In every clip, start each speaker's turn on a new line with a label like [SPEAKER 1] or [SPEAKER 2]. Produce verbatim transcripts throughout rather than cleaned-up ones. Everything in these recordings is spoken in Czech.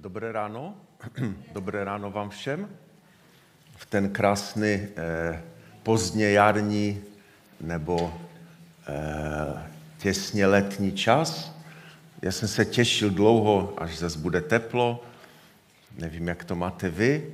[SPEAKER 1] Dobré ráno, dobré ráno vám všem. V ten krásný eh, pozdně jarní nebo eh, těsně letní čas. Já jsem se těšil dlouho, až zase bude teplo. Nevím, jak to máte vy.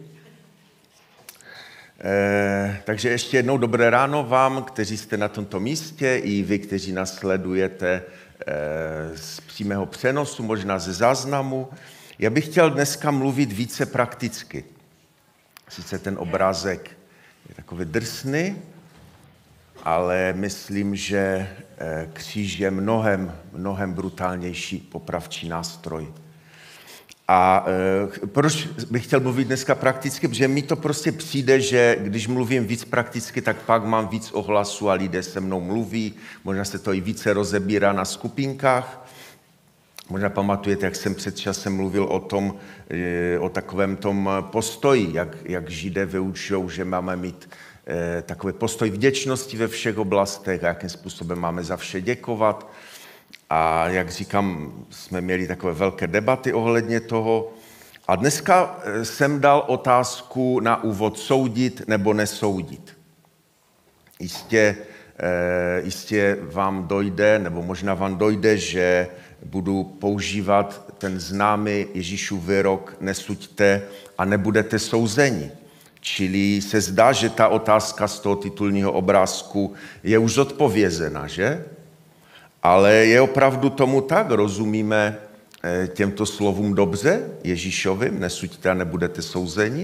[SPEAKER 1] Eh, takže ještě jednou dobré ráno vám, kteří jste na tomto místě, i vy, kteří nás sledujete eh, z přímého přenosu, možná ze záznamu. Já bych chtěl dneska mluvit více prakticky. Sice ten obrázek je takový drsný, ale myslím, že kříž je mnohem, mnohem brutálnější popravčí nástroj. A e, proč bych chtěl mluvit dneska prakticky? Protože mi to prostě přijde, že když mluvím víc prakticky, tak pak mám víc ohlasu a lidé se mnou mluví. Možná se to i více rozebírá na skupinkách. Možná pamatujete, jak jsem před časem mluvil o tom, o takovém tom postoji, jak, jak Židé vyučují, že máme mít eh, takový postoj vděčnosti ve všech oblastech a jakým způsobem máme za vše děkovat. A jak říkám, jsme měli takové velké debaty ohledně toho. A dneska jsem dal otázku na úvod: soudit nebo nesoudit. Jistě, eh, jistě vám dojde, nebo možná vám dojde, že budu používat ten známý Ježíšův výrok: nesuďte a nebudete souzeni. Čili se zdá, že ta otázka z toho titulního obrázku je už zodpovězena, že? Ale je opravdu tomu tak? Rozumíme těmto slovům dobře, Ježíšovým, nesuďte a nebudete souzeni?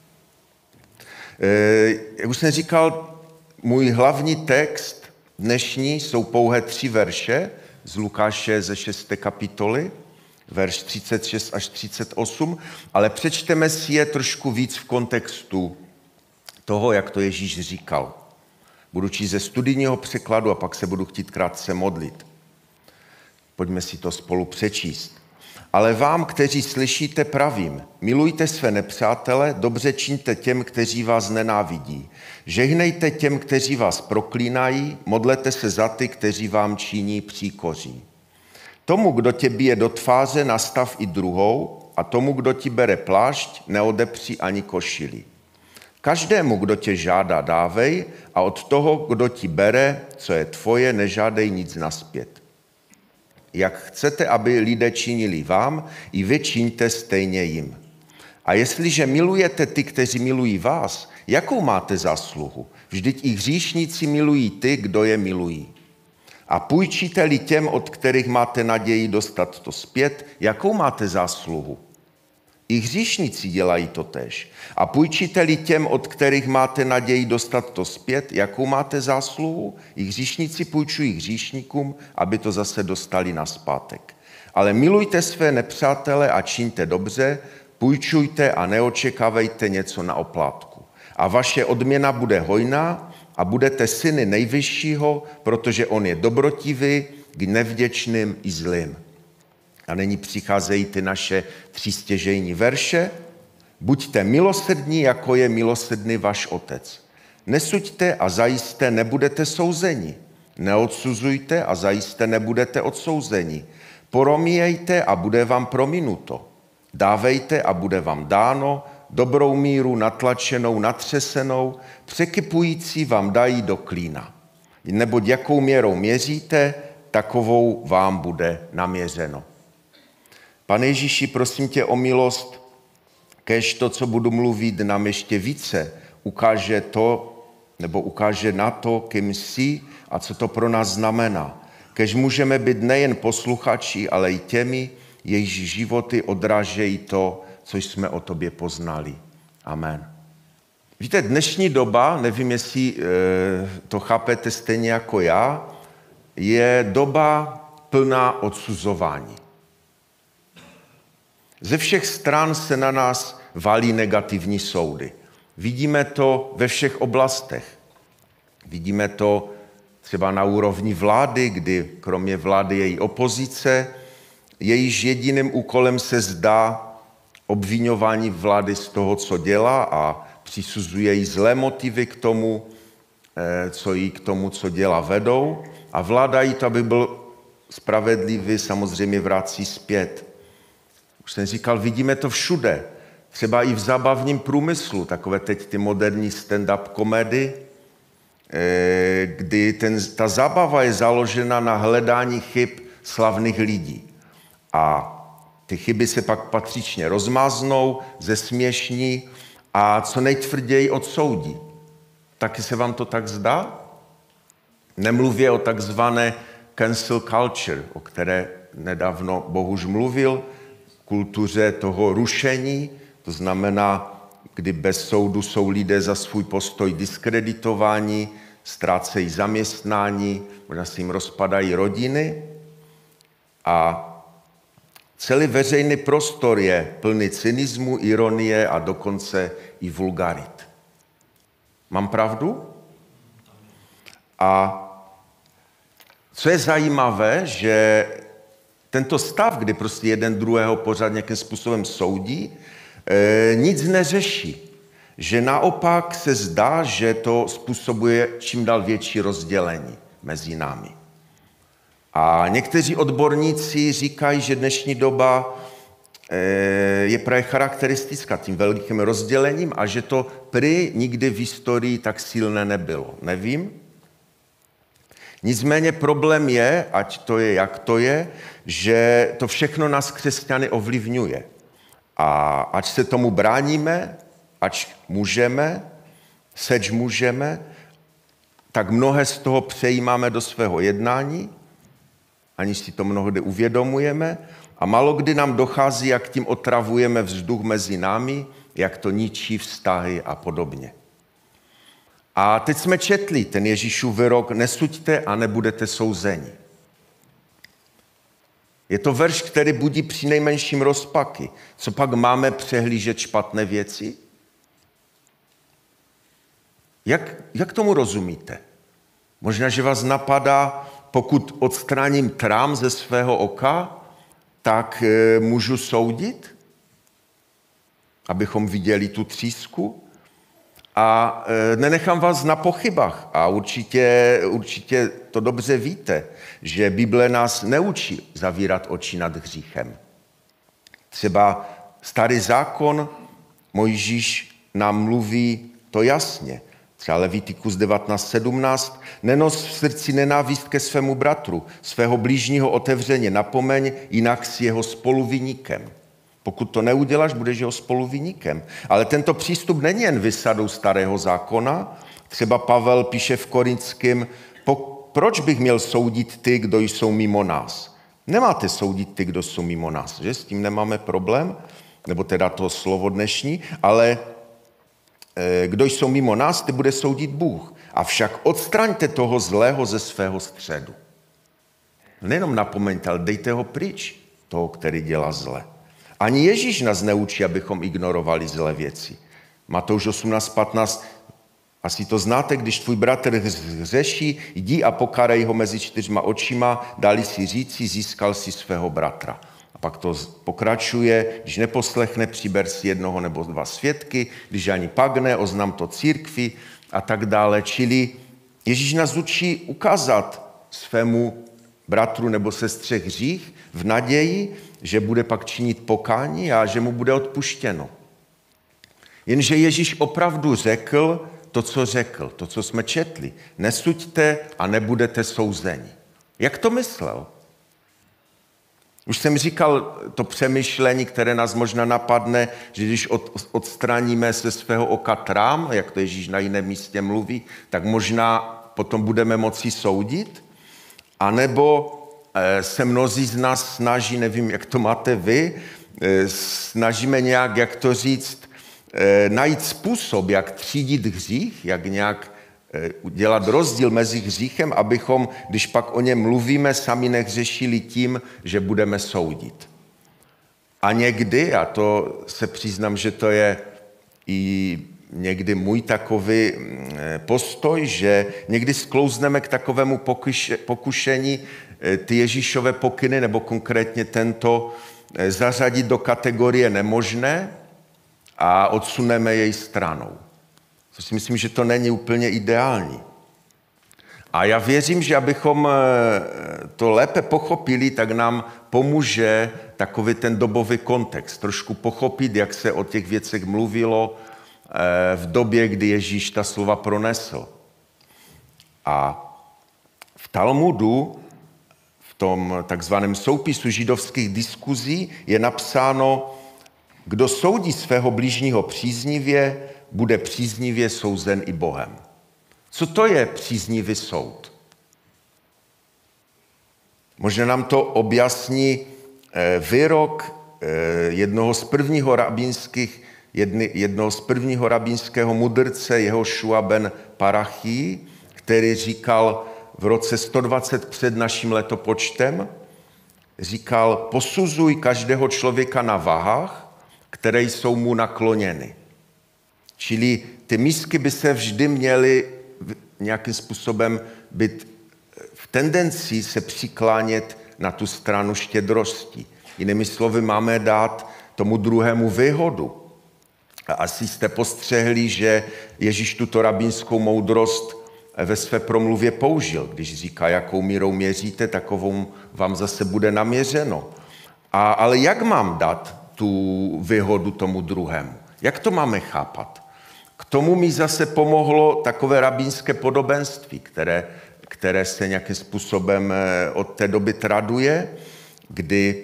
[SPEAKER 1] Jak už jsem říkal, můj hlavní text dnešní jsou pouhé tři verše z Lukáše ze šesté kapitoly, verš třicet šest až třicet osm, ale přečteme si je trošku víc v kontextu toho, jak to Ježíš říkal. Budu číst ze studijního překladu a pak se budu chtít krátce modlit. Pojďme si to spolu přečíst. Ale vám, kteří slyšíte, pravím: milujte své nepřátele, dobře čiňte těm, kteří vás nenávidí. Žehnejte těm, kteří vás proklínají, modlete se za ty, kteří vám činí příkoří. Tomu, kdo tě bije do tváře, nastav i druhou, a tomu, kdo ti bere plášť, neodepři ani košili. Každému, kdo tě žádá, dávej, a od toho, kdo ti bere, co je tvoje, nežádej nic nazpět. Jak chcete, aby lidé činili vám, i vy čiňte stejně jim. A jestliže milujete ty, kteří milují vás, jakou máte zásluhu? Vždyť i hříšníci milují ty, kdo je milují. A půjčíte-li těm, od kterých máte naději dostat to zpět, jakou máte zásluhu? I hříšníci dělají to též. A půjčíte-li těm, od kterých máte naději dostat to zpět, jakou máte zásluhu? I hříšníci půjčují hříšníkům, aby to zase dostali nazpátek. Ale milujte své nepřátele a čiňte dobře, půjčujte a neočekávejte něco na oplátku. A vaše odměna bude hojná a budete syny nejvyššího, protože on je dobrotivý k nevděčným i zlým. A nyní přicházejí ty naše tři stěžejní verše. Buďte milosrdní, jako je milosrdný váš otec. Nesuďte a zajisté nebudete souzeni. Neodsuzujte a zajisté nebudete odsouzeni. Poromíjejte a bude vám prominuto. Dávejte a bude vám dáno, dobrou míru natlačenou, natřesenou, překypující vám dají do klína. Neboť jakou měrou měříte, takovou vám bude naměřeno. Pane Ježíši, prosím tě o milost, kéž to, co budu mluvit, nám ještě více ukáže to, nebo ukáže na to, kým jsi a co to pro nás znamená. Kéž můžeme být nejen posluchači, ale i těmi, jejichž životy odrážejí to, co jsme o tobě poznali. Amen. Víte, dnešní doba, nevím, jestli e, to chápete stejně jako já, je doba plná odsuzování. Ze všech stran se na nás valí negativní soudy. Vidíme to ve všech oblastech. Vidíme to třeba na úrovni vlády, kdy kromě vlády její opozice, jejíž jediným úkolem se zdá obviňování vlády z toho, co dělá, a přisuzuje jí zlé motivy k tomu, co jí k tomu, co dělá, vedou. A vláda jí to, aby byl spravedlivý, samozřejmě vrací zpět. Už jsem říkal, vidíme to všude. Třeba i v zábavním průmyslu, takové teď ty moderní stand-up komedy, kdy ten, ta zábava je založena na hledání chyb slavných lidí. A ty chyby se pak patřičně rozmáznou, zesměšní a co nejtvrději odsoudí. Taky se vám to tak zdá? Nemluvě o takzvané cancel culture, o které nedávno Bohuž mluvil, kultuře toho rušení, to znamená, kdy bez soudu jsou lidé za svůj postoj diskreditováni, ztrácejí zaměstnání, možná se jim rozpadají rodiny a celý veřejný prostor je plný cynismu, ironie a dokonce i vulgarit. Mám pravdu? A co je zajímavé, že tento stav, kdy prostě jeden druhého pořád nějakým způsobem soudí, e, nic neřeší. Že naopak se zdá, že to způsobuje čím dál větší rozdělení mezi námi. A někteří odborníci říkají, že dnešní doba e, je právě charakteristická tím velkým rozdělením a že to prý nikdy v historii tak silné nebylo. Nevím. Nicméně problém je, ať to je, jak to je, že to všechno nás křesťany ovlivňuje. A ať se tomu bráníme, ať můžeme, seč můžeme, tak mnohé z toho přejímáme do svého jednání, aniž si to mnohdy uvědomujeme, a malokdy nám dochází, jak tím otravujeme vzduch mezi námi, jak to ničí vztahy a podobně. A teď jsme četli ten Ježíšův výrok, nesuďte a nebudete souzeni. Je to verš, který budí přinejmenším rozpaky. Co pak máme přehlížet špatné věci? Jak, jak tomu rozumíte? Možná, že vás napadá, pokud odstraním trám ze svého oka, tak e, můžu soudit, abychom viděli tu třísku. A e, nenechám vás na pochybách. A určitě, určitě to dobře víte, že Bible nás neučí zavírat oči nad hříchem. Třeba starý zákon Mojžíš nám mluví to jasně. Třeba Levitikus devatenáct sedmnáct. Nenos v srdci nenávist ke svému bratru, svého blížního otevřeně napomeň, jinak si jeho spoluviníkem. Pokud to neuděláš, budeš jeho spoluviníkem. Ale tento přístup není jen vysadou starého zákona. Třeba Pavel píše v Korinském, proč bych měl soudit ty, kdo jsou mimo nás? Nemáte soudit ty, kdo jsou mimo nás, že? S tím nemáme problém, nebo teda to slovo dnešní, ale e, kdo jsou mimo nás, ty bude soudit Bůh. Avšak odstraňte toho zlého ze svého středu. Nejenom napomeňte, ale dejte ho pryč, toho, který dělá zle. Ani Ježíš nás neučí, abychom ignorovali zlé věci. Matouš osmnáct patnáct. Asi to znáte, když tvůj bratr hřeší, jdi a pokárej ho mezi čtyřma očima, dali si říci, získal si svého bratra. A pak to pokračuje, když neposlechne, přiber si jednoho nebo dva svědky, když ani pak ne, oznam to církvi a tak dále. Čili Ježíš nás učí ukázat svému bratru nebo sestře hřích v naději, že bude pak činit pokání a že mu bude odpuštěno. Jenže Ježíš opravdu řekl to, co řekl, to, co jsme četli. Nesuďte a nebudete souzeni. Jak to myslel? Už jsem říkal to přemýšlení, které nás možná napadne, že když od, odstraníme ze svého oka trám, jak to Ježíš na jiném místě mluví, tak možná potom budeme moci soudit, anebo se mnozí z nás snaží, nevím, jak to máte vy, snažíme nějak, jak to říct, najít způsob, jak třídit hřích, jak nějak udělat rozdíl mezi hříchem, abychom, když pak o něm mluvíme, sami nehřešili tím, že budeme soudit. A někdy, a to se přiznám, že to je i někdy můj takový postoj, že někdy sklouzneme k takovému pokušení ty Ježíšové pokyny, nebo konkrétně tento, zařadit do kategorie nemožné a odsuneme jej stranou. Což si myslím, že to není úplně ideální. A já věřím, že abychom to lépe pochopili, tak nám pomůže takový ten dobový kontext. Trošku pochopit, jak se o těch věcech mluvilo v době, kdy Ježíš ta slova pronesl. A v Talmudu, v tom takzvaném soupisu židovských diskuzí, je napsáno, kdo soudí svého blížního příznivě, bude příznivě souzen i Bohem. Co to je příznivý soud? Možná nám to objasní výrok jednoho z prvního rabínských, jedny, jednoho z prvního rabínského mudrce Jehošua ben Parachí, který říkal v roce sto dvacet před naším letopočtem, říkal, posuzuj každého člověka na vahách, které jsou mu nakloněny. Čili ty misky by se vždy měly nějakým způsobem být v tendenci se přiklánět na tu stranu štědrosti. Jinými slovy, máme dát tomu druhému výhodu. A asi jste postřehli, že Ježíš tuto rabínskou moudrost ve své promluvě použil. Když říká, jakou mírou měříte, takovou vám zase bude naměřeno. A, ale jak mám dát tu výhodu tomu druhému? Jak to máme chápat? K tomu mi zase pomohlo takové rabínské podobenství, které, které se nějakým způsobem od té doby traduje, kdy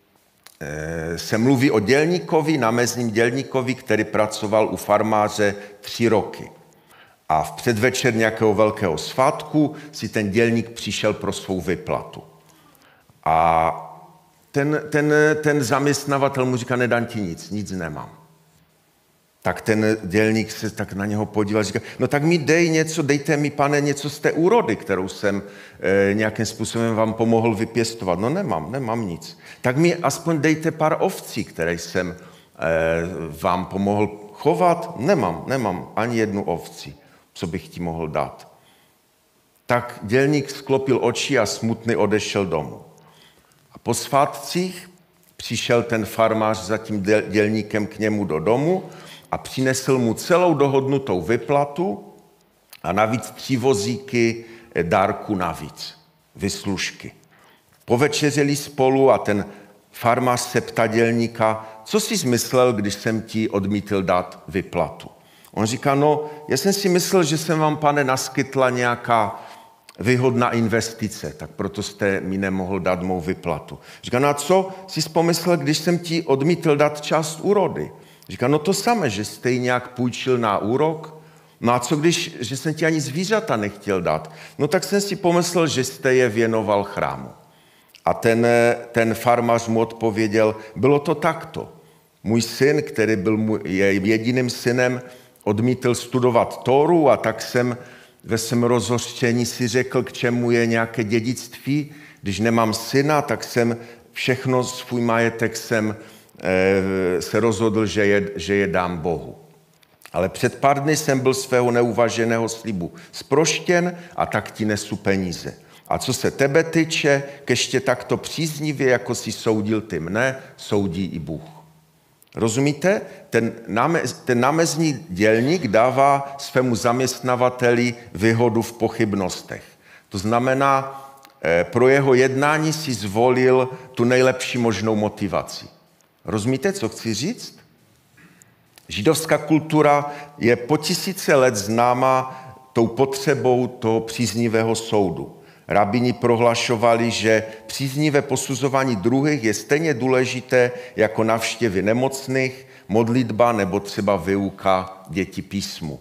[SPEAKER 1] se mluví o dělníkovi, námezním dělníkovi, který pracoval u farmáře tři roky. A v předvečer nějakého velkého svátku si ten dělník přišel pro svou vyplatu. A ten, ten, ten zaměstnavatel mu říká, nedám ti nic, nic nemám. Tak ten dělník se tak na něho podíval, říká, no tak mi dej něco, dejte mi, pane, něco z té úrody, kterou jsem e, nějakým způsobem vám pomohl vypěstovat. No nemám, nemám nic. Tak mi aspoň dejte pár ovcí, které jsem e, vám pomohl chovat. Nemám, nemám ani jednu ovci, co bych ti mohl dát. Tak dělník sklopil oči a smutný odešel domů. A po svátcích přišel ten farmář za tím dělníkem k němu do domu a přinesl mu celou dohodnutou vyplatu a navíc tři vozíky dárku navíc, vyslužky. Povečeřili spolu a ten farmář se ptá dělníka, co jsi zmyslel, když jsem ti odmítl dát vyplatu. On říká, no, já jsem si myslel, že jsem vám, pane, naskytla nějaká výhodná investice, tak proto jste mi nemohl dát mou vyplatu. Říká, no a co jsi pomyslel, když jsem ti odmítl dát část úrody? Říká, no to samé, že jste ji nějak půjčil na úrok. No a co když, že jsem ti ani zvířata nechtěl dát? No tak jsem si pomyslel, že jste je věnoval chrámu. A ten, ten farmář mu odpověděl, bylo to takto. Můj syn, který byl můj, je jediným synem, odmítl studovat Tóru a tak jsem ve svém rozhořčení si řekl, k čemu je nějaké dědictví. Když nemám syna, tak jsem všechno, svůj majetek jsem e, se rozhodl, že je, že je dám Bohu. Ale před pár dny jsem byl svého neuvaženého slibu zproštěn a tak ti nesu peníze. A co se tebe tyče, keště takto příznivě, jako si soudil ty mne, soudí i Bůh. Rozumíte? Ten, námez, ten námezní dělník dává svému zaměstnavateli výhodu v pochybnostech. To znamená, pro jeho jednání si zvolil tu nejlepší možnou motivaci. Rozumíte, co chci říct? Židovská kultura je po tisíce let známa tou potřebou toho příznivého soudu. Rabini prohlašovali, že příznivé posuzování druhých je stejně důležité jako navštěvy nemocných, modlitba nebo třeba výuka dětí písmu.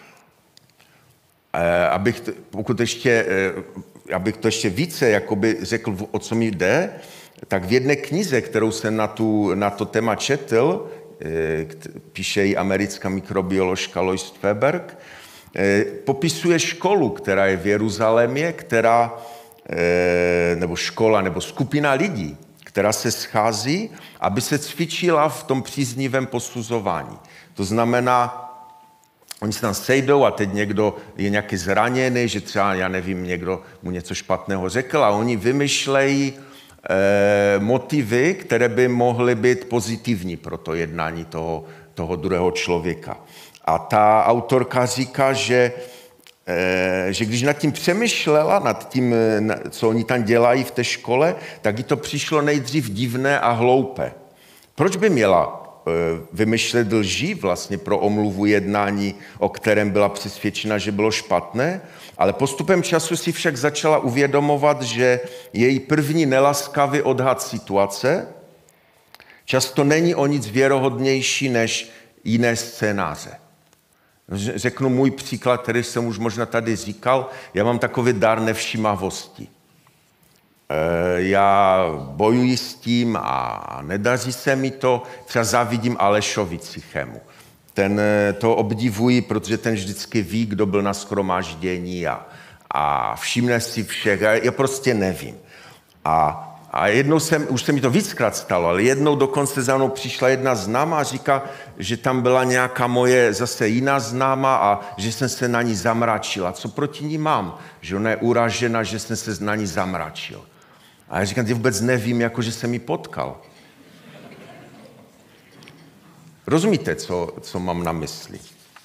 [SPEAKER 1] Abych, to, pokud ještě, abych to ještě více jakoby řekl, o co mi jde, tak v jedné knize, kterou jsem na, tu, na to téma četl, píše ji americká mikrobioložka Lois Weberg, popisuje školu, která je v Jeruzalémě, která, nebo škola, nebo skupina lidí, která se schází, aby se cvičila v tom příznivém posuzování. To znamená, oni se tam sejdou a teď někdo je nějaký zraněný, že třeba, já nevím, někdo mu něco špatného řekl a oni vymyšlejí eh, motivy, které by mohly být pozitivní pro to jednání toho, toho druhého člověka. A ta autorka říká, že že když nad tím přemýšlela, nad tím, co oni tam dělají v té škole, tak jí to přišlo nejdřív divné a hloupé. Proč by měla vymýšlet lži vlastně pro omluvu jednání, o kterém byla přesvědčena, že bylo špatné, ale postupem času si však začala uvědomovat, že její první nelaskavý odhad situace často není o nic věrohodnější než jiné scénáře. Řeknu můj příklad, který jsem už možná tady říkal. Já mám takový dar nevšímavosti. Já bojuji s tím a nedaří se mi to. Třeba závidím Alešovi Cichému. Ten to obdivuji, protože ten vždycky ví, kdo byl na shromáždění a, a všimne si všech. Já prostě nevím. A A jednou jsem, už se mi to víckrát stalo, ale jednou dokonce za mnou přišla jedna známá a říká, že tam byla nějaká moje zase jiná známá a že jsem se na ní zamračila. Co proti ní mám? Že ona je uražena, že jsem se na ní zamračil. A já říkám, já vůbec nevím, jako že jsem ji potkal. Rozumíte, co, co mám na mysli?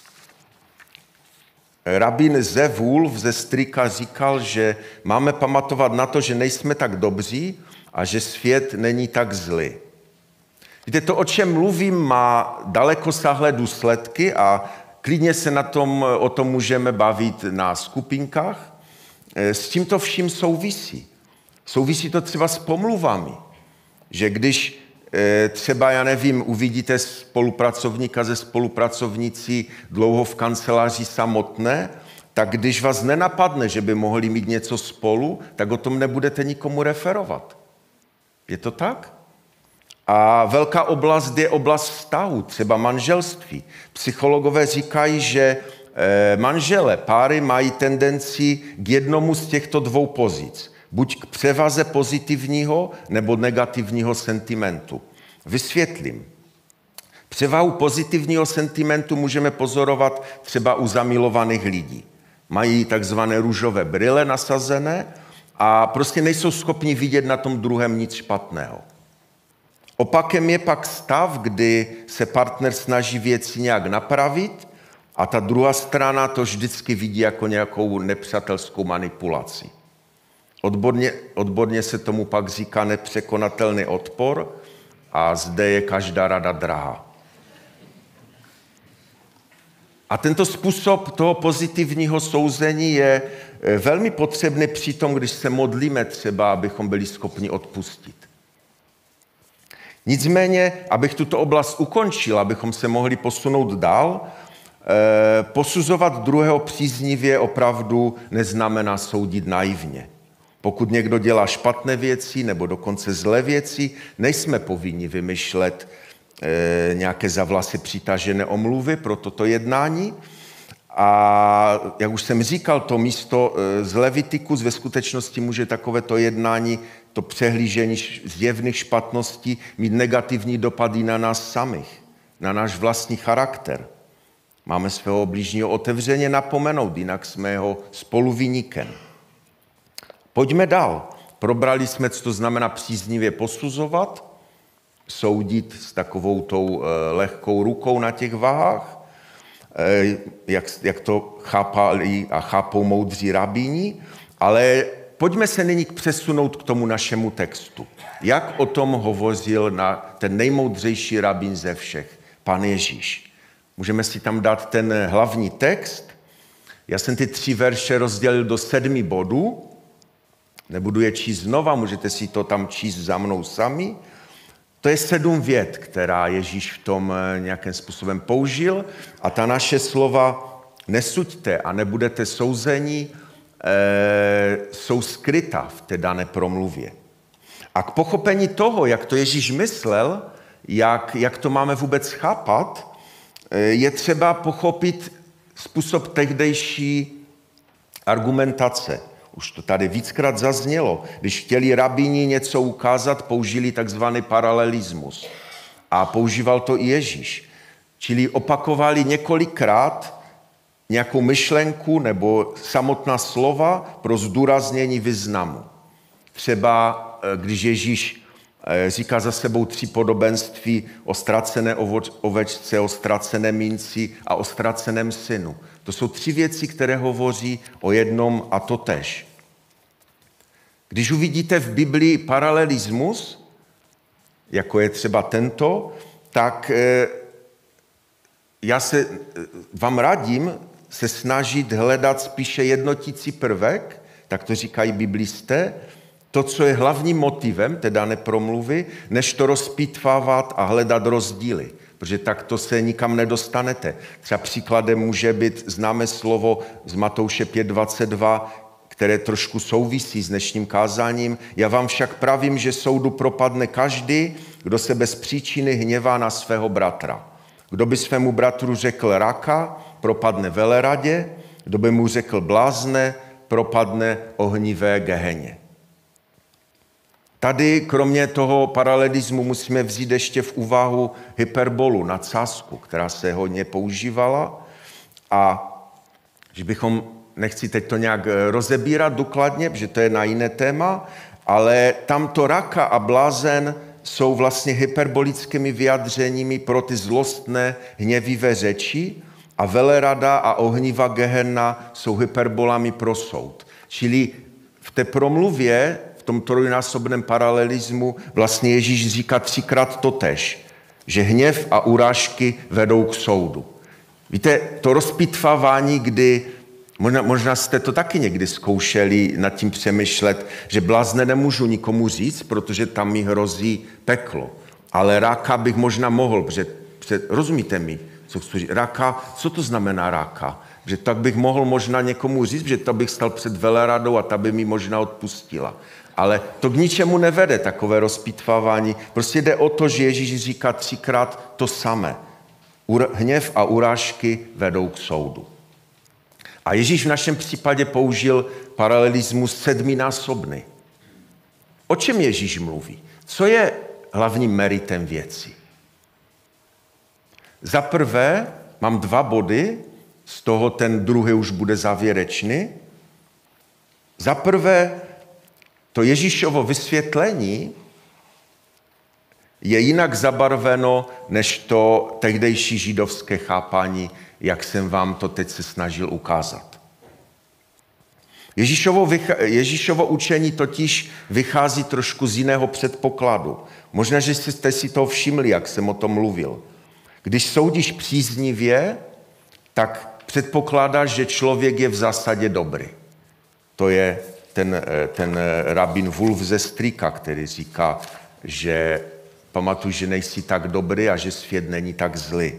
[SPEAKER 1] Rabín Zev Wolf ze Strika říkal, že máme pamatovat na to, že nejsme tak dobří a že svět není tak zlý. Víte, to, o čem mluvím, má dalekosáhlé důsledky a klidně se na tom, o tom můžeme bavit na skupinkách. S tím to vším souvisí. Souvisí to třeba s pomluvami. Že když třeba, já nevím, uvidíte spolupracovníka ze spolupracovnicí dlouho v kanceláři samotné, tak když vás nenapadne, že by mohli mít něco spolu, tak o tom nebudete nikomu referovat. Je to tak? A velká oblast je oblast vztahu, třeba manželství. Psychologové říkají, že manžele, páry mají tendenci k jednomu z těchto dvou pozic. Buď k převaze pozitivního nebo negativního sentimentu. Vysvětlím. Převahu pozitivního sentimentu můžeme pozorovat třeba u zamilovaných lidí. Mají takzvané růžové brýle nasazené a prostě nejsou schopni vidět na tom druhém nic špatného. Opakem je pak stav, kdy se partner snaží věci nějak napravit a ta druhá strana to vždycky vidí jako nějakou nepřátelskou manipulaci. Odborně, odborně se tomu pak říká nepřekonatelný odpor a zde je každá rada drahá. A tento způsob toho pozitivního souzení je velmi potřebný při tom, když se modlíme třeba, abychom byli schopni odpustit. Nicméně, abych tuto oblast ukončil, abychom se mohli posunout dál, eh, posuzovat druhého příznivě opravdu neznamená soudit naivně. Pokud někdo dělá špatné věci nebo dokonce zlé věci, nejsme povinni vymýšlet e, nějaké za vlasy přitažené omluvy pro toto jednání. A jak už jsem říkal, to místo e, z Levitikus ve skutečnosti může takovéto jednání, to přehlížení zjevných špatností mít negativní dopady na nás samých, na náš vlastní charakter. Máme svého blížního otevřeně napomenout, jinak jsme jeho spoluviníkem. Pojďme dál. Probrali jsme, co to znamená příznivě posuzovat, soudit s takovou tou lehkou rukou na těch váhách, jak, jak to chápali a chápou moudří rabíni, ale pojďme se nyní přesunout k tomu našemu textu. Jak o tom hovořil na ten nejmoudřejší rabín ze všech, pan Ježíš. Můžeme si tam dát ten hlavní text. Já jsem ty tři verše rozdělil do sedmi bodů. Nebudu je číst znova, můžete si to tam číst za mnou sami. To je sedm vět, která Ježíš v tom nějakým způsobem použil a ta naše slova nesuďte a nebudete souzeni, e, jsou skryta v té dané promluvě. A k pochopení toho, jak to Ježíš myslel, jak, jak to máme vůbec chápat, je třeba pochopit způsob tehdejší argumentace. Už to tady víckrát zaznělo. Když chtěli rabíni něco ukázat, použili takzvaný paralelismus. A používal to i Ježíš. Čili opakovali několikrát nějakou myšlenku nebo samotná slova pro zdůraznění významu. Třeba když Ježíš říká za sebou tři podobenství o ztracené ovečce, o ztracené minci a o ztraceném synu. To jsou tři věci, které hovoří o jednom a totéž. Když uvidíte v Biblii paralelismus, jako je třeba tento, tak já se vám radím se snažit hledat spíše jednotící prvek, tak to říkají biblisté, to, co je hlavním motivem té dané promluvy, než to rozpitvávat a hledat rozdíly, protože takto se nikam nedostanete. Třeba příkladem může být známé slovo z Matouše pět dvacet dva, které trošku souvisí s dnešním kázáním. Já vám však pravím, že soudu propadne každý, kdo se bez příčiny hněvá na svého bratra. Kdo by svému bratru řekl raka, propadne veleradě, kdo by mu řekl blázne, propadne ohnivé geheně. Tady kromě toho paralelismu musíme vzít ještě v úvahu hyperbolu, nadsázku, která se hodně používala a že bychom, nechci teď to nějak rozebírat důkladně, protože to je na jiné téma, ale tamto raka a blázen jsou vlastně hyperbolickými vyjadřeními pro ty zlostné, hněvivé řeči a velerada a ohnivá gehenna jsou hyperbolami pro soud. Čili v té promluvě, v tom trojnásobném paralelismu vlastně Ježíš říká třikrát totéž, že hněv a urážky vedou k soudu. Víte, to rozpitvávání, kdy, možná, možná jste to taky někdy zkoušeli nad tím přemýšlet, že blázne nemůžu nikomu říct, protože tam mi hrozí peklo. Ale ráka bych možná mohl, protože, protože rozumíte mi, co chci říct. Ráka, co to znamená ráka? Že tak bych mohl možná někomu říct, že to bych stal před veleradou a ta by mi možná odpustila. Ale to k ničemu nevede, takové rozpitvávání. Prostě jde o to, že Ježíš říká třikrát to samé. Hněv a urážky vedou k soudu. A Ježíš v našem případě použil paralelismus sedminásobný. O čem Ježíš mluví? Co je hlavním meritem věci? Za prvé mám dva body, z toho ten druhý už bude závěrečný. Za prvé, to Ježíšovo vysvětlení je jinak zabarveno než to tehdejší židovské chápání, jak jsem vám to teď se snažil ukázat. Ježíšovo, Ježíšovo učení totiž vychází trošku z jiného předpokladu. Možná, že jste si to všimli, jak jsem o tom mluvil. Když soudíš příznivě, tak předpokládáš, že člověk je v zásadě dobrý. To je ten, ten rabín Wolf ze Strika, který říká, že pamatuj, že nejsi tak dobrý a že svět není tak zlý.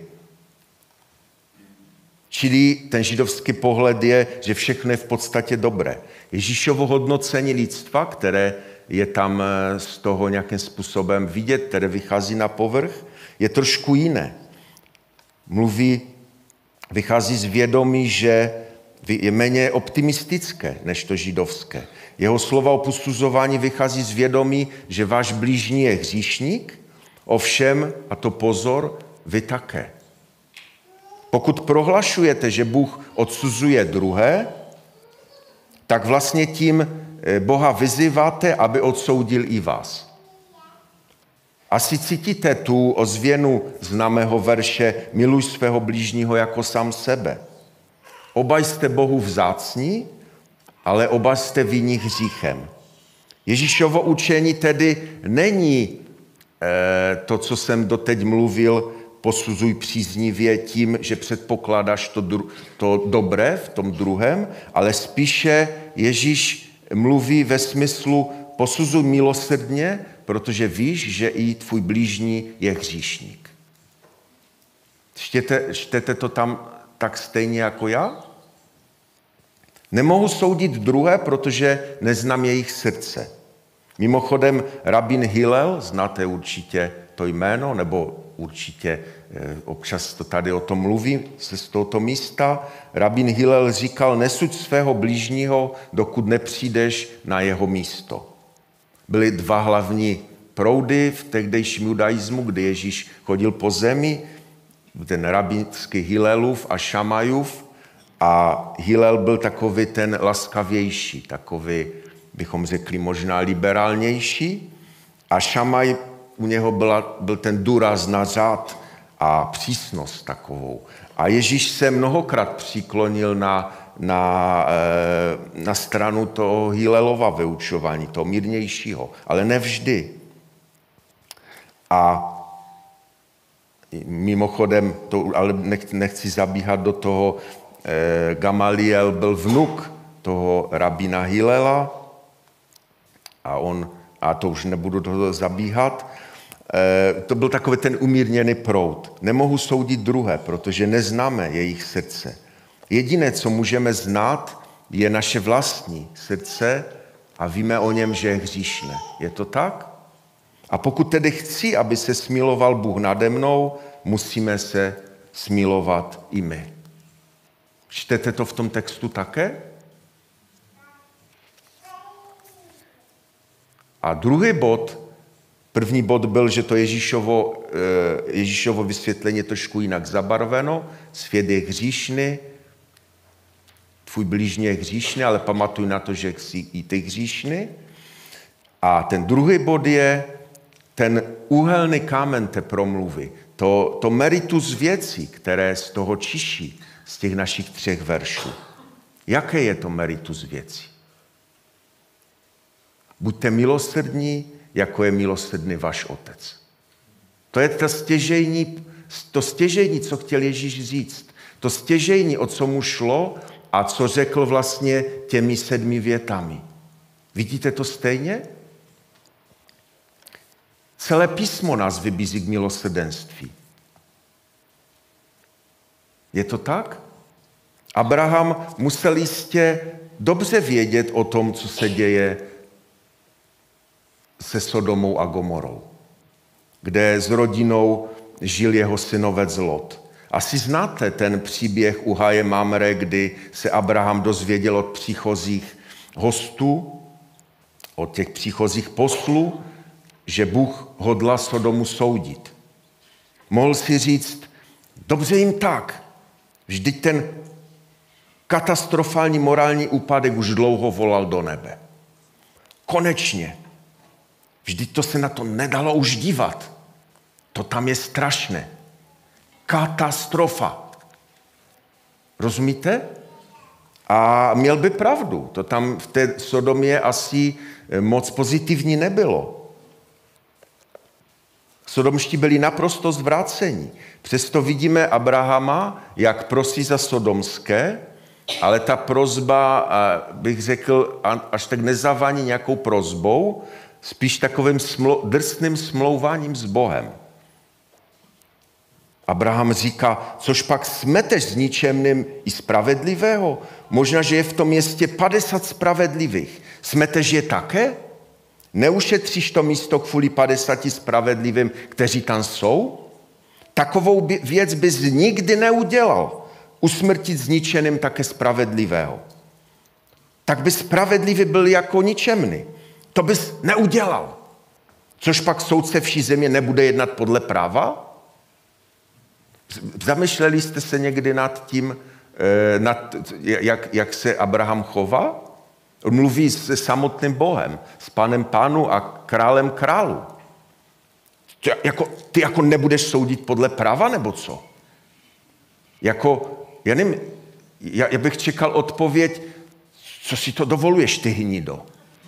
[SPEAKER 1] Čili ten židovský pohled je, že všechno je v podstatě dobré. Ježíšovo hodnocení lidstva, které je tam z toho nějakým způsobem vidět, které vychází na povrch, je trošku jiné. Mluví, vychází z vědomí, že je méně optimistické než to židovské. Jeho slova o posuzování vychází z vědomí, že váš blížní je hříšník, ovšem, a to pozor, vy také. Pokud prohlašujete, že Bůh odsuzuje druhé, tak vlastně tím Boha vyzýváte, aby odsoudil i vás. Asi cítíte tu ozvěnu známého verše miluj svého blížního jako sám sebe. Oba jste Bohu vzácní, ale oba jste vinni hříchem. Ježíšovo učení tedy není eh, to, co jsem doteď mluvil, posuzuj příznivě tím, že předpokládáš to, dru- to dobré v tom druhém, ale spíše Ježíš mluví ve smyslu posuzuj milosrdně, protože víš, že i tvůj blížní je hříšník. Čtěte, čtete to tam tak stejně jako já? Nemohu soudit druhé, protože neznám jejich srdce. Mimochodem, rabín Hillel, znáte určitě to jméno, nebo určitě občas to tady o tom mluví z tohoto místa. Rabín Hillel říkal, nesuď svého blížního, dokud nepřijdeš na jeho místo. Byly dva hlavní proudy v tehdejším judaismu, kdy Ježíš chodil po zemi, ten rabínský Hillelův a Šamajův, a Hillel byl takový ten laskavější, takový, bychom řekli, možná liberálnější. A Šamaj, u něho byla, byl ten důraz na řád a přísnost takovou. A Ježíš se mnohokrát přiklonil na, na, na stranu toho Hilelova vyučování, toho mírnějšího, ale nevždy. A mimochodem, to, ale nechci zabíhat do toho, Gamaliel byl vnuk toho rabína Hilela a on, a to už nebudu do toho zabíhat, to byl takový ten umírněný proud. Nemohu soudit druhé, protože neznáme jejich srdce. Jediné, co můžeme znát, je naše vlastní srdce a víme o něm, že je hříšné. Je to tak? A pokud tedy chci, aby se smiloval Bůh nade mnou, musíme se smilovat i my. Čtete to v tom textu také? A druhý bod, první bod byl, že to Ježíšovo, Ježíšovo vysvětlení je trošku jinak zabarveno. Svět je hříšný, tvůj blížní je hříšný, ale pamatuj na to, že jsi i ty hříšný. A ten druhý bod je ten úhelný kámen té promluvy, to, to meritus věcí, které z toho čiší, z těch našich třech veršů. Jaké je to meritus věcí? Buďte milosrdní, jako je milosrdný váš otec. To je ta stěžejní, to stěžejní, co chtěl Ježíš říct. To stěžejní, o co mu šlo a co řekl vlastně těmi sedmi větami. Vidíte to stejně? Celé písmo nás vybízí k milosrdenství. Je to tak? Abraham musel jistě dobře vědět o tom, co se děje se Sodomou a Gomorou, kde s rodinou žil jeho synovec Lot. Asi znáte ten příběh u Háje Mamre, kdy se Abraham dozvěděl od příchozích hostů, od těch příchozích poslů, že Bůh hodlá Sodomu soudit. Mohl si říct, dobře jim tak, vždyť ten katastrofální morální úpadek už dlouho volal do nebe. Konečně. Vždyť to se na to nedalo už dívat. To tam je strašné. Katastrofa. Rozumíte? A měl by pravdu. To tam v té Sodomě asi moc pozitivní nebylo. Sodomští byli naprosto zvráceni. Přesto vidíme Abrahama, jak prosí za sodomské, ale ta prosba, bych řekl, až tak nezavání nějakou prosbou, spíš takovým smlou, drsným smlouváním s Bohem. Abraham říká, což pak smeteš s ničemným i spravedlivého? Možná, že je v tom městě padesát spravedlivých. Smeteš je také? Neušetříš to místo kvůli padesáti spravedlivým, kteří tam jsou? Takovou věc bys nikdy neudělal. Usmrtit zničeným také spravedlivého. Tak by spravedlivý byl jako ničemný. To bys neudělal. Což pak soudce vší země nebude jednat podle práva? Zamýšleli jste se někdy nad tím, nad, jak, jak se Abraham chová? On mluví se samotným Bohem, s Panem Pánu a králem králu. Ty jako, ty jako nebudeš soudit podle práva, nebo co? Jako, já nevím, já, já bych čekal odpověď, co si to dovoluješ, ty hnido.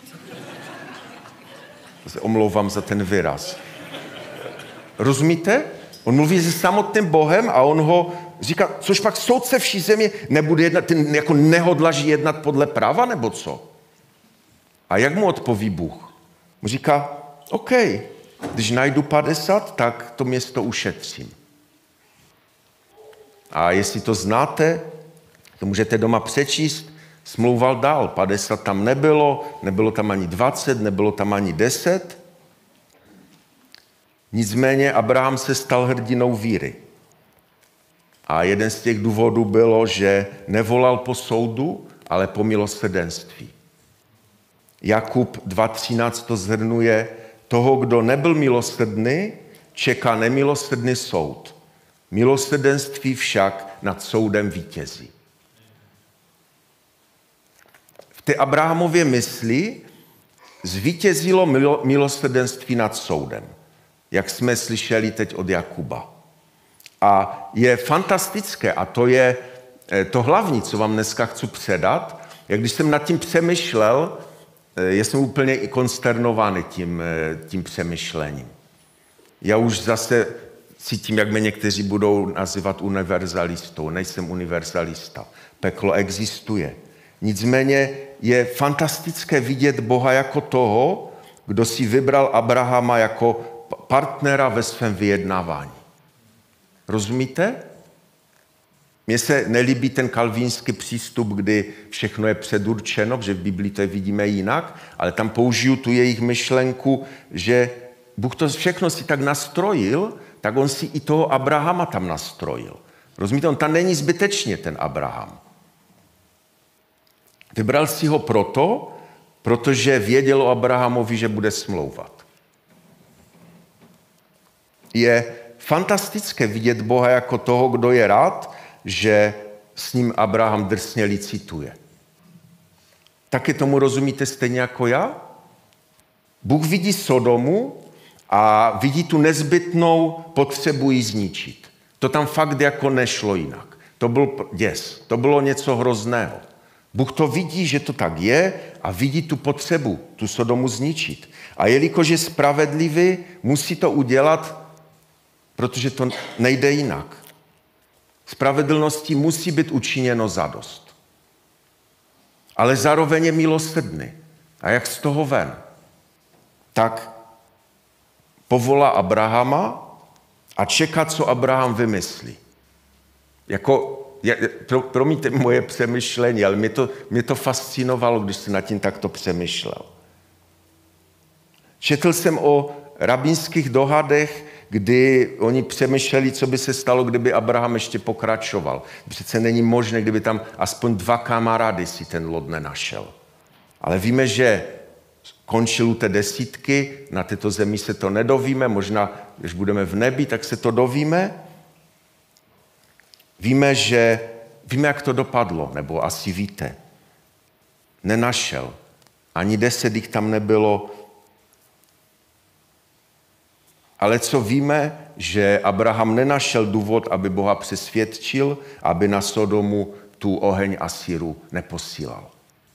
[SPEAKER 1] Se omlouvám za ten výraz. Rozumíte? On mluví se samotným Bohem a on ho říká, což pak soudce vší země nebude jednat, ty jako nehodlaží jednat podle práva, nebo co? A jak mu odpoví Bůh? Mu říká, OK, když najdu padesát, tak to město ušetřím. A jestli to znáte, to můžete doma přečíst, smlouval dál, padesát tam nebylo, nebylo tam ani dvacet, nebylo tam ani deset. Nicméně Abraham se stal hrdinou víry. A jeden z těch důvodů bylo, že nevolal po soudu, ale po milosrdenství. Jakub dva třináct to zhrnuje, toho, kdo nebyl milosrdný, čeká nemilosrdný soud. Milosrdenství však nad soudem vítězí. V té Abrahamově mysli zvítězilo milosrdenství nad soudem, jak jsme slyšeli teď od Jakuba. A je fantastické, a to je to hlavní, co vám dneska chci předat, jak když jsem nad tím přemýšlel, já jsem úplně i konsternovaný tím, tím přemýšlením. Já už zase cítím, jak mě někteří budou nazývat univerzalistou. Nejsem univerzalista. Peklo existuje. Nicméně je fantastické vidět Boha jako toho, kdo si vybral Abrahama jako partnera ve svém vyjednávání. Rozumíte? Mně se nelíbí ten kalvínský přístup, kdy všechno je předurčeno, že v Biblii to vidíme jinak, ale tam použiju tu jejich myšlenku, že Bůh to všechno si tak nastrojil, tak on si i toho Abrahama tam nastrojil. Rozumíte? On tam není zbytečně, ten Abraham. Vybral si ho proto, protože věděl o Abrahamovi, že bude smlouvat. Je fantastické vidět Boha jako toho, kdo je rád, že s ním Abraham drsně licituje. Taky tomu rozumíte stejně jako já? Bůh vidí Sodomu a vidí tu nezbytnou potřebu ji zničit. To tam fakt jako nešlo jinak. To byl děs, to bylo něco hrozného. Bůh to vidí, že to tak je a vidí tu potřebu, tu Sodomu zničit. A jelikož je spravedlivý, musí to udělat, protože to nejde jinak. Spravedlnosti musí být učiněno zadost. Ale zároveň je milosrdný. A jak z toho ven? Tak povolá Abrahama a čeká, co Abraham vymyslí. Jako, pro, promiňte moje přemýšlení, ale mě to, mě to fascinovalo, když jsem nad tím takto přemýšlel. Četl jsem o rabínských dohadech, kdy oni přemýšleli, co by se stalo, kdyby Abraham ještě pokračoval. Přece není možné, kdyby tam aspoň dva kamarády si ten Lot nenašel. Ale víme, že končil u té desítky, na této zemi se to nedovíme, možná, když budeme v nebi, tak se to dovíme. Víme, že, víme, jak to dopadlo, nebo asi víte. Nenašel. Ani deset jich tam nebylo. Ale co víme, že Abraham nenašel důvod, aby Boha přesvědčil, aby na Sodomu tu oheň a síru neposílal.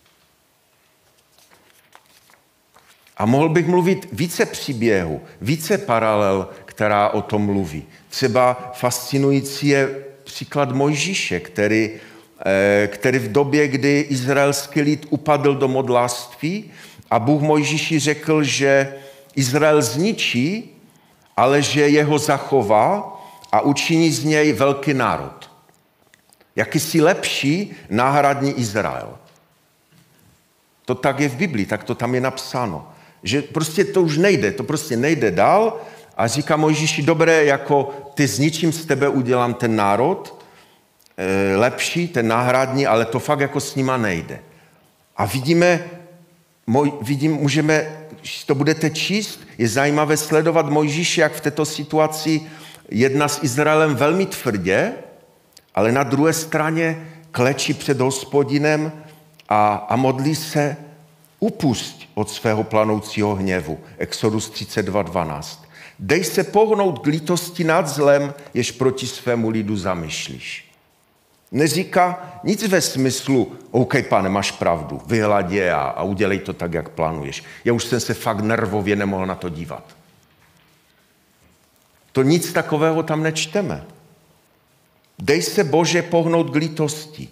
[SPEAKER 1] A mohl bych mluvit více příběhů, více paralel, která o tom mluví. Třeba fascinující je příklad Mojžíše, který, který v době, kdy izraelský lid upadl do modlářství a Bůh Mojžíši řekl, že Izrael zničí, ale že jeho zachová a učiní z něj velký národ. Jakýsi lepší náhradní Izrael. To tak je v Biblii, tak to tam je napsáno. Že prostě to už nejde, to prostě nejde dál a říká Mojžíši, dobré, jako ty zničím z tebe, udělám ten národ, e, lepší, ten náhradní, ale to fakt jako s nima nejde. A vidíme, moj, vidím, můžeme, když to budete číst, je zajímavé sledovat Mojžíše, jak v této situaci jedná s Izraelem velmi tvrdě, ale na druhé straně klečí před Hospodinem a, a modlí se, upusť od svého planoucího hněvu. Exodus třicet dva dvanáct. Dej se pohnout k lítosti nad zlem, jež proti svému lidu zamýšlíš. Neříká nic ve smyslu, OK, pane, máš pravdu, vyhlad je a, a udělej to tak, jak plánuješ. Já už jsem se fakt nervově nemohl na to dívat. To nic takového tam nečteme. Dej se, Bože, pohnout k lítosti.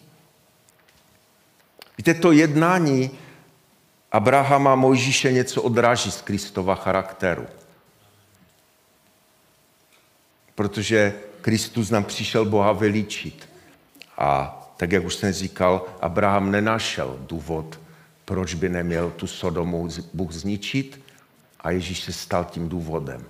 [SPEAKER 1] Víte, to jednání Abrahama a Mojžíše něco odráží z Kristova charakteru. Protože Kristus nám přišel Boha vylíčit. A tak, jak už jsem říkal, Abraham nenašel důvod, proč by neměl tu Sodomu Bůh zničit a Ježíš se stal tím důvodem.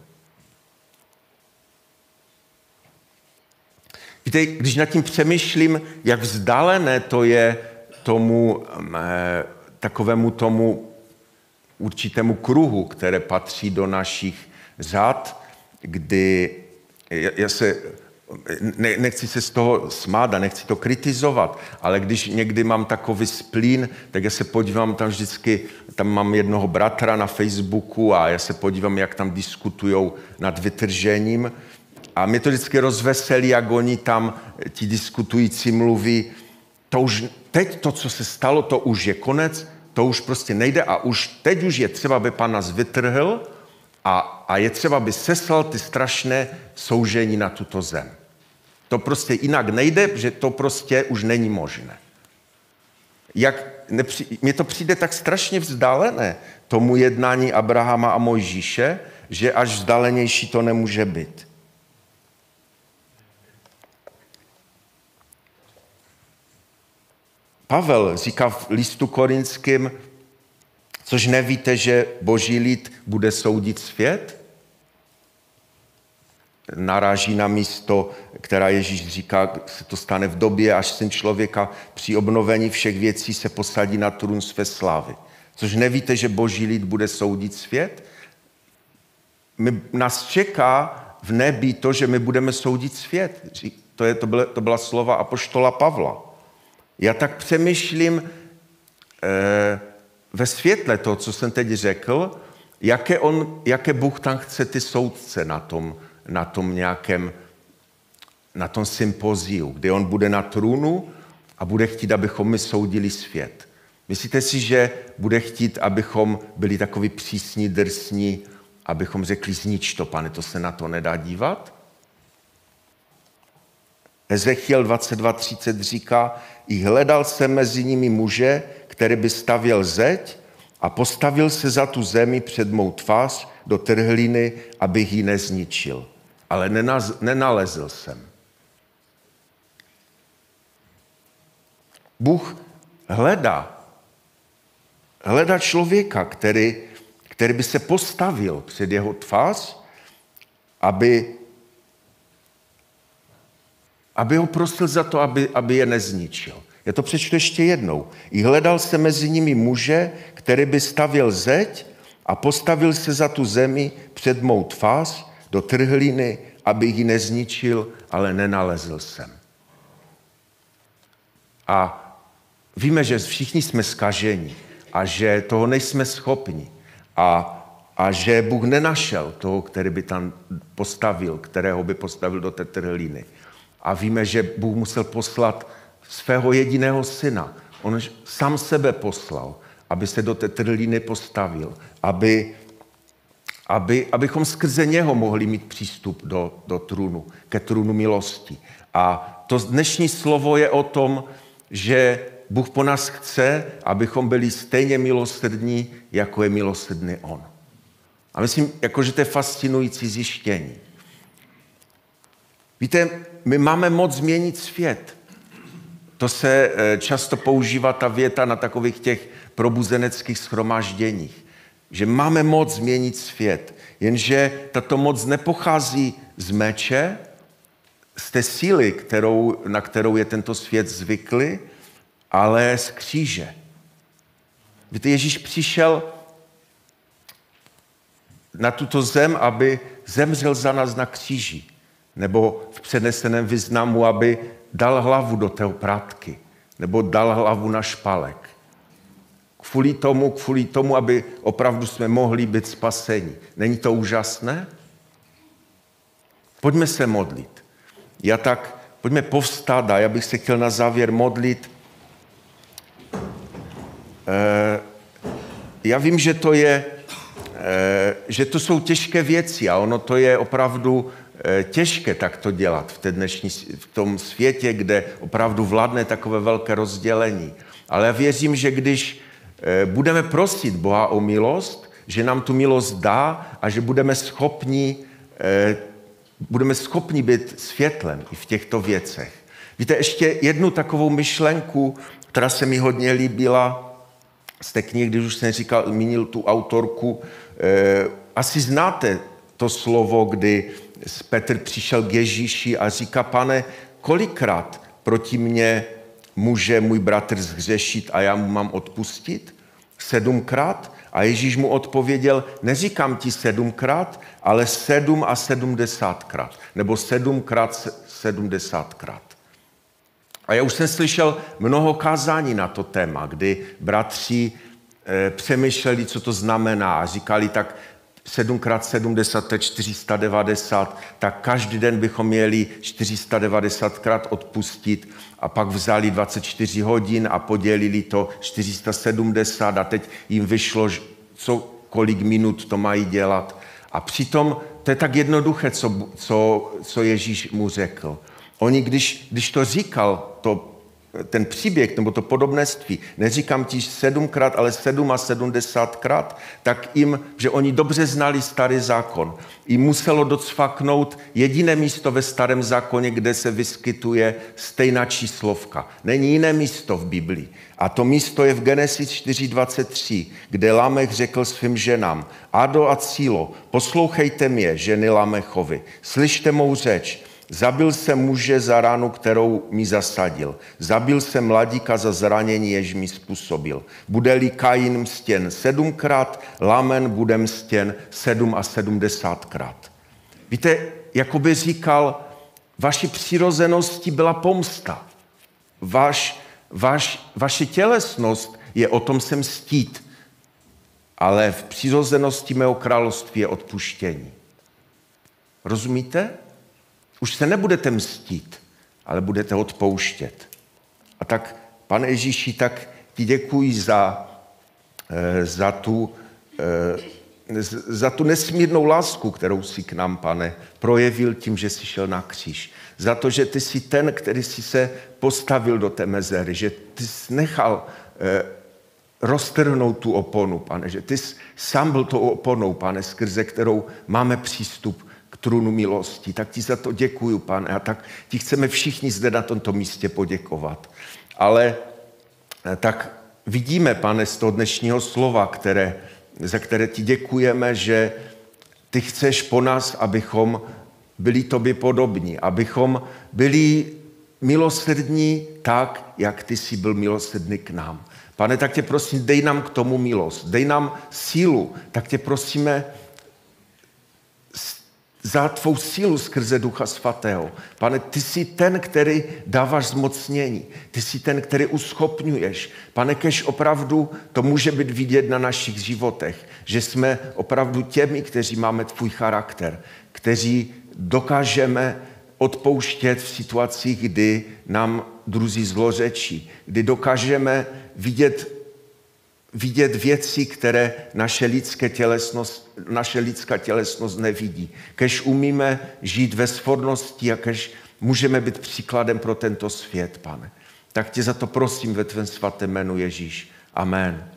[SPEAKER 1] Víte, když nad tím přemýšlím, jak vzdálené to je tomu eh, takovému tomu určitému kruhu, které patří do našich řád, kdy já se ne, nechci se z toho smát a nechci to kritizovat, ale když někdy mám takový splín, tak já se podívám tam vždycky, tam mám jednoho bratra na Facebooku a já se podívám, jak tam diskutujou nad vytržením a mě to vždycky rozveselí, jak oni tam, ti diskutující mluví, to už, teď to, co se stalo, to už je konec, to už prostě nejde a už teď už je třeba, aby Pán nás vytrhl a, a je třeba, aby seslal ty strašné soužení na tuto zem. To prostě jinak nejde, že to prostě už není možné. Jak nepři, mně to přijde tak strašně vzdálené tomu jednání Abrahama a Mojžíše, že až vzdálenější to nemůže být. Pavel říká v listu Korinským, což nevíte, že Boží lid bude soudit svět? Naráží na místo, která Ježíš říká, se to stane v době, až Syn člověka při obnovení všech věcí se posadí na trůn své slávy. Což nevíte, že Boží lid bude soudit svět? My, nás čeká v nebi to, že my budeme soudit svět. To, je, to, byla, to byla slova apoštola Pavla. Já tak přemýšlím eh, ve světle toho, co jsem teď řekl, jaké, on, jaké Bůh tam chce ty soudce na tom, na tom nějakém, na tom sympoziu, kde on bude na trůnu a bude chtít, abychom my soudili svět. Myslíte si, že bude chtít, abychom byli takový přísní, drsní, abychom řekli, znič to, Pane, to se na to nedá dívat? Ezechiel dvacet dva třicet říká, i hledal jsem mezi nimi muže, který by stavěl zeď a postavil se za tu zemi před mou tvář do trhliny, abych ji nezničil. Ale nenaz, nenalezl jsem. Bůh hledá, hledá člověka, který, který by se postavil před jeho tvář, aby aby ho prosil za to, aby, aby je nezničil. Já to přečtu ještě jednou. I hledal se mezi nimi muže, který by stavěl zeď a postavil se za tu zemi před mou tvář do trhliny, aby ji nezničil, ale nenalezl jsem. A víme, že všichni jsme zkaženi a že toho nejsme schopni a, a že Bůh nenašel toho, který by tam postavil, kterého by postavil do té trhliny. A víme, že Bůh musel poslat svého jediného syna. On sám sebe poslal, aby se do té trhliny postavil, aby, aby, abychom skrze něho mohli mít přístup do, do trůnu, ke trůnu milosti. A to dnešní slovo je o tom, že Bůh po nás chce, abychom byli stejně milosrdní, jako je milosrdný on. A myslím, jako, že to je fascinující zjištění. Víte, my máme moc změnit svět. To se často používá ta věta na takových těch probuzeneckých shromážděních, že máme moc změnit svět, jenže tato moc nepochází z meče, z té síly, kterou, na kterou je tento svět zvyklý, ale z kříže. Víte, Ježíš přišel na tuto zem, aby zemřel za nás na kříži. Nebo v přeneseném významu, aby dal hlavu do té prátky, nebo dal hlavu na špalek. Kvůli tomu, kvůli tomu, aby opravdu jsme mohli být spaseni. Není to úžasné? Pojďme se modlit. Já tak, pojďme povstat a já bych se chtěl na závěr modlit. E, já vím, že to je, e, že to jsou těžké věci a ono to je opravdu těžké tak to dělat v, té dnešní, v tom světě, kde opravdu vládne takové velké rozdělení. Ale já věřím, že když budeme prosit Boha o milost, že nám tu milost dá a že budeme schopni, budeme schopni být světlem i v těchto věcech. Víte, ještě jednu takovou myšlenku, která se mi hodně líbila z té knihy, když už jsem říkal, zmínil tu autorku. Asi znáte to slovo, kdy Petr přišel k Ježíši a říká, Pane, kolikrát proti mně může můj bratr zhřešit a já mu mám odpustit? Sedmkrát? A Ježíš mu odpověděl, neříkám ti sedmkrát, ale sedm a sedmdesátkrát. Nebo sedmkrát sedmdesátkrát. A já už jsem slyšel mnoho kázání na to téma, kdy bratři e, přemýšleli, co to znamená a říkali tak sedmkrát sedmdesát, to je čtyři sta devadesát, tak každý den bychom měli čtyři sta devadesátkrát odpustit a pak vzali dvacet čtyři hodin a podělili to čtyři sta sedmdesát a teď jim vyšlo, co, kolik minut to mají dělat. A přitom to je tak jednoduché, co, co, co Ježíš mu řekl. Oni, když, když to říkal, to, ten příběh nebo to podobenství, neříkám ti sedmkrát, ale sedm a sedmdesátkrát, tak jim, že oni dobře znali starý zákon, jim muselo docvaknout jediné místo ve starém zákoně, kde se vyskytuje stejná číslovka. Není jiné místo v Biblii. A to místo je v Genesis čtyři dvacet tři, kde Lamech řekl svým ženám, Ado a Cílo, poslouchejte mě, ženy Lamechovi, slyšte mou řeč. Zabil jsem muže za ránu, kterou mi zasadil. Zabil jsem mladíka za zranění, jež mi způsobil. Bude-li Kain mstěn sedmkrát, Lamen bude mstěn sedm a sedmdesátkrát. Víte, jakoby říkal, vaší přirozenosti byla pomsta. Vaš, vaš, vaše tělesnost je o tom se mstít, ale v přirozenosti mého království je odpuštění. Rozumíte? Už se nebudete mstít, ale budete odpouštět. A tak, pane Ježíši, tak ti děkuji za, za, tu, za tu nesmírnou lásku, kterou jsi k nám, pane, projevil tím, že jsi šel na kříž. Za to, že ty jsi ten, který jsi se postavil do té mezery, že ty jsi nechal roztrhnout tu oponu, pane, že ty jsi sám byl tou oponou, pane, skrze kterou máme přístup k trůnu milosti. Tak ti za to děkuju, pane, a tak ti chceme všichni zde na tomto místě poděkovat. Ale tak vidíme, pane, z toho dnešního slova, které, za které ti děkujeme, že ty chceš po nás, abychom byli tobě podobní, abychom byli milosrdní tak, jak ty jsi byl milosrdný k nám. Pane, tak tě prosím, dej nám k tomu milost, dej nám sílu, tak tě prosíme za tvou sílu skrze Ducha Svatého. Pane, ty jsi ten, který dáváš zmocnění. Ty jsi ten, který uschopňuješ. Pane, kež opravdu to může být vidět na našich životech, že jsme opravdu těmi, kteří máme tvůj charakter, kteří dokážeme odpouštět v situacích, kdy nám druzí zlořečí, kdy dokážeme vidět vidět věci, které naše, lidské tělesnost, naše lidská tělesnost nevidí. Kež umíme žít ve svornosti a kež můžeme být příkladem pro tento svět, pane. Tak tě za to prosím ve tvém svatém jménu Ježíš. Amen.